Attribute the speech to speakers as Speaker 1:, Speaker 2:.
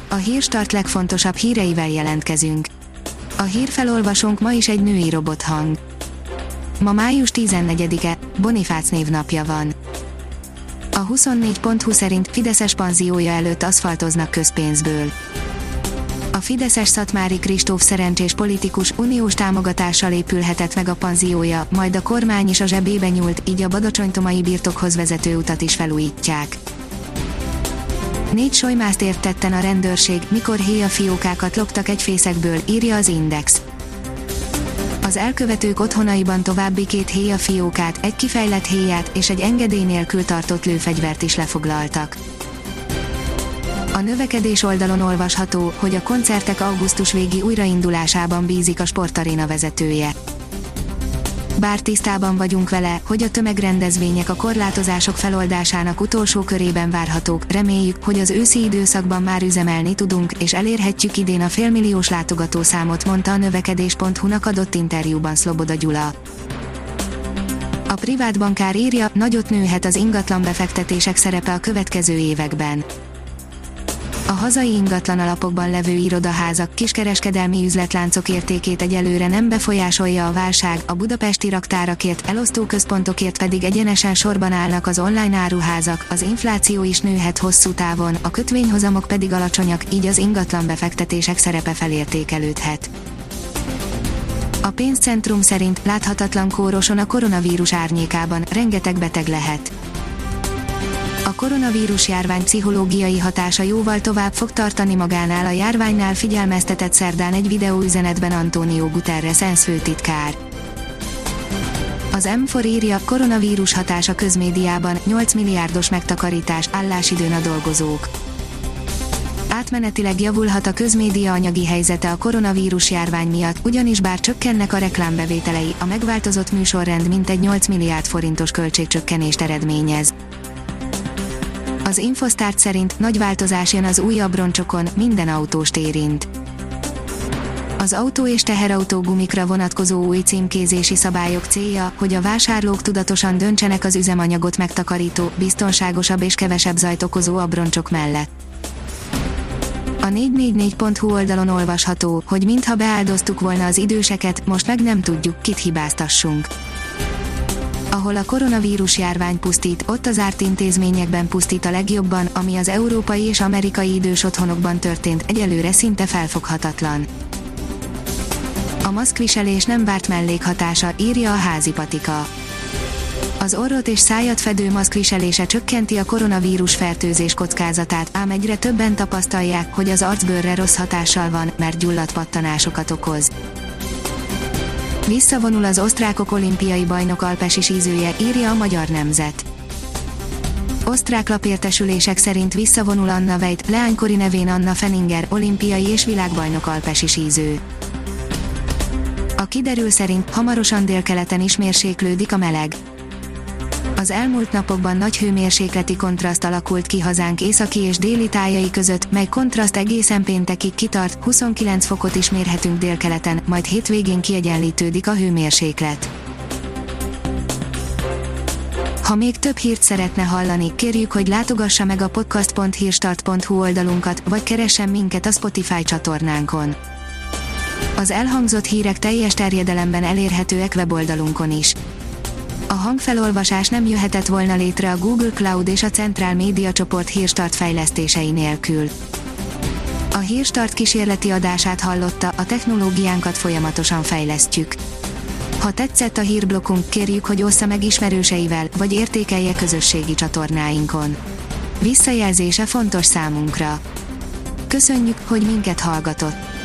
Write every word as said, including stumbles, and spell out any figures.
Speaker 1: A Hírstart legfontosabb híreivel jelentkezünk. A hírfelolvasónk ma is egy női robothang. Ma május tizennegyedike, Bonifác névnapja van. A huszonnégy pont hu szerint fideszes panziója előtt aszfaltoznak közpénzből. A fideszes Szatmári Kristóf szerencsés politikus uniós támogatással épülhetett meg a panziója, majd a kormány is a zsebébe nyúlt, így a badacsonytomai birtokhoz vezető utat is felújítják. Négy solymázt ért tetten a rendőrség, mikor héjafiókákat loptak egy fészekből, írja az Index. Az elkövetők otthonaiban további két héjafiókát, egy kifejlett héját és egy engedély nélkül tartott lőfegyvert is lefoglaltak. A növekedés oldalon olvasható, hogy a koncertek augusztus végi újraindulásában bízik a sportaréna vezetője. Bár tisztában vagyunk vele, hogy a tömegrendezvények a korlátozások feloldásának utolsó körében várhatók, reméljük, hogy az őszi időszakban már üzemelni tudunk, és elérhetjük idén a félmilliós látogatószámot, mondta a növekedés pont hu-nak adott interjúban Szloboda Gyula. A privát bankár írja, nagyot nőhet az ingatlan befektetések szerepe a következő években. A hazai ingatlan alapokban levő irodaházak, kiskereskedelmi üzletláncok értékét egyelőre nem befolyásolja a válság, a budapesti raktárakért, elosztóközpontokért pedig egyenesen sorban állnak az online áruházak, az infláció is nőhet hosszú távon, a kötvényhozamok pedig alacsonyak, így az ingatlan befektetések szerepe felértékelődhet. A pénzcentrum szerint láthatatlan kóroson a koronavírus árnyékában, rengeteg beteg lehet. A koronavírus járvány pszichológiai hatása jóval tovább fog tartani magánál, a járványnál figyelmeztetett szerdán egy videóüzenetben Antonio Guterres ENSZ főtitkár. Az M négy írja, koronavírus hatása közmédiában, nyolc milliárdos megtakarítás, állásidőn a dolgozók. Átmenetileg javulhat a közmédia anyagi helyzete a koronavírus járvány miatt, ugyanis bár csökkennek a reklámbevételei, a megváltozott műsorrend mintegy nyolc milliárd forintos költségcsökkenést eredményez. Az Infosztárt szerint nagy változás jön az új abroncsokon, minden autóst érint. Az autó és teherautó gumikra vonatkozó új címkézési szabályok célja, hogy a vásárlók tudatosan döntsenek az üzemanyagot megtakarító, biztonságosabb és kevesebb zajt okozó abroncsok mellett. A négy négy négy pont hu oldalon olvasható, hogy mintha beáldoztuk volna az időseket, most meg nem tudjuk, kit hibáztassunk. Ahol a koronavírus járvány pusztít, ott az zárt intézményekben pusztít a legjobban, ami az európai és amerikai idős otthonokban történt, egyelőre szinte felfoghatatlan. A maszkviselés nem várt mellékhatása, írja a Házi Patika. Az orrot és szájat fedő maszkviselése csökkenti a koronavírus fertőzés kockázatát, ám egyre többen tapasztalják, hogy az arcbőrre rossz hatással van, mert gyulladt pattanásokat okoz. Visszavonul az osztrákok olimpiai bajnok alpesi sízője, írja a Magyar Nemzet. Osztrák lapértesülések szerint visszavonul Anna Veit, leánykori nevén Anna Fenninger, olimpiai és világbajnok alpesi síző. A kiderül szerint hamarosan délkeleten is mérséklődik a meleg. Az elmúlt napokban nagy hőmérsékleti kontraszt alakult ki hazánk északi és déli tájai között, mely kontraszt egészen péntekig kitart, huszonkilenc fokot is mérhetünk délkeleten, majd hétvégén kiegyenlítődik a hőmérséklet. Ha még több hírt szeretne hallani, kérjük, hogy látogassa meg a podcast pont hírstart pont hu oldalunkat, vagy keressen minket a Spotify csatornánkon. Az elhangzott hírek teljes terjedelemben elérhetőek weboldalunkon is. A hangfelolvasás nem jöhetett volna létre a Google Cloud és a Centrál Média csoport Hírstart fejlesztései nélkül. A Hírstart kísérleti adását hallotta, a technológiánkat folyamatosan fejlesztjük. Ha tetszett a hírblokkunk, kérjük, hogy ossza meg ismerőseivel, vagy értékelje közösségi csatornáinkon. Visszajelzése fontos számunkra. Köszönjük, hogy minket hallgatott!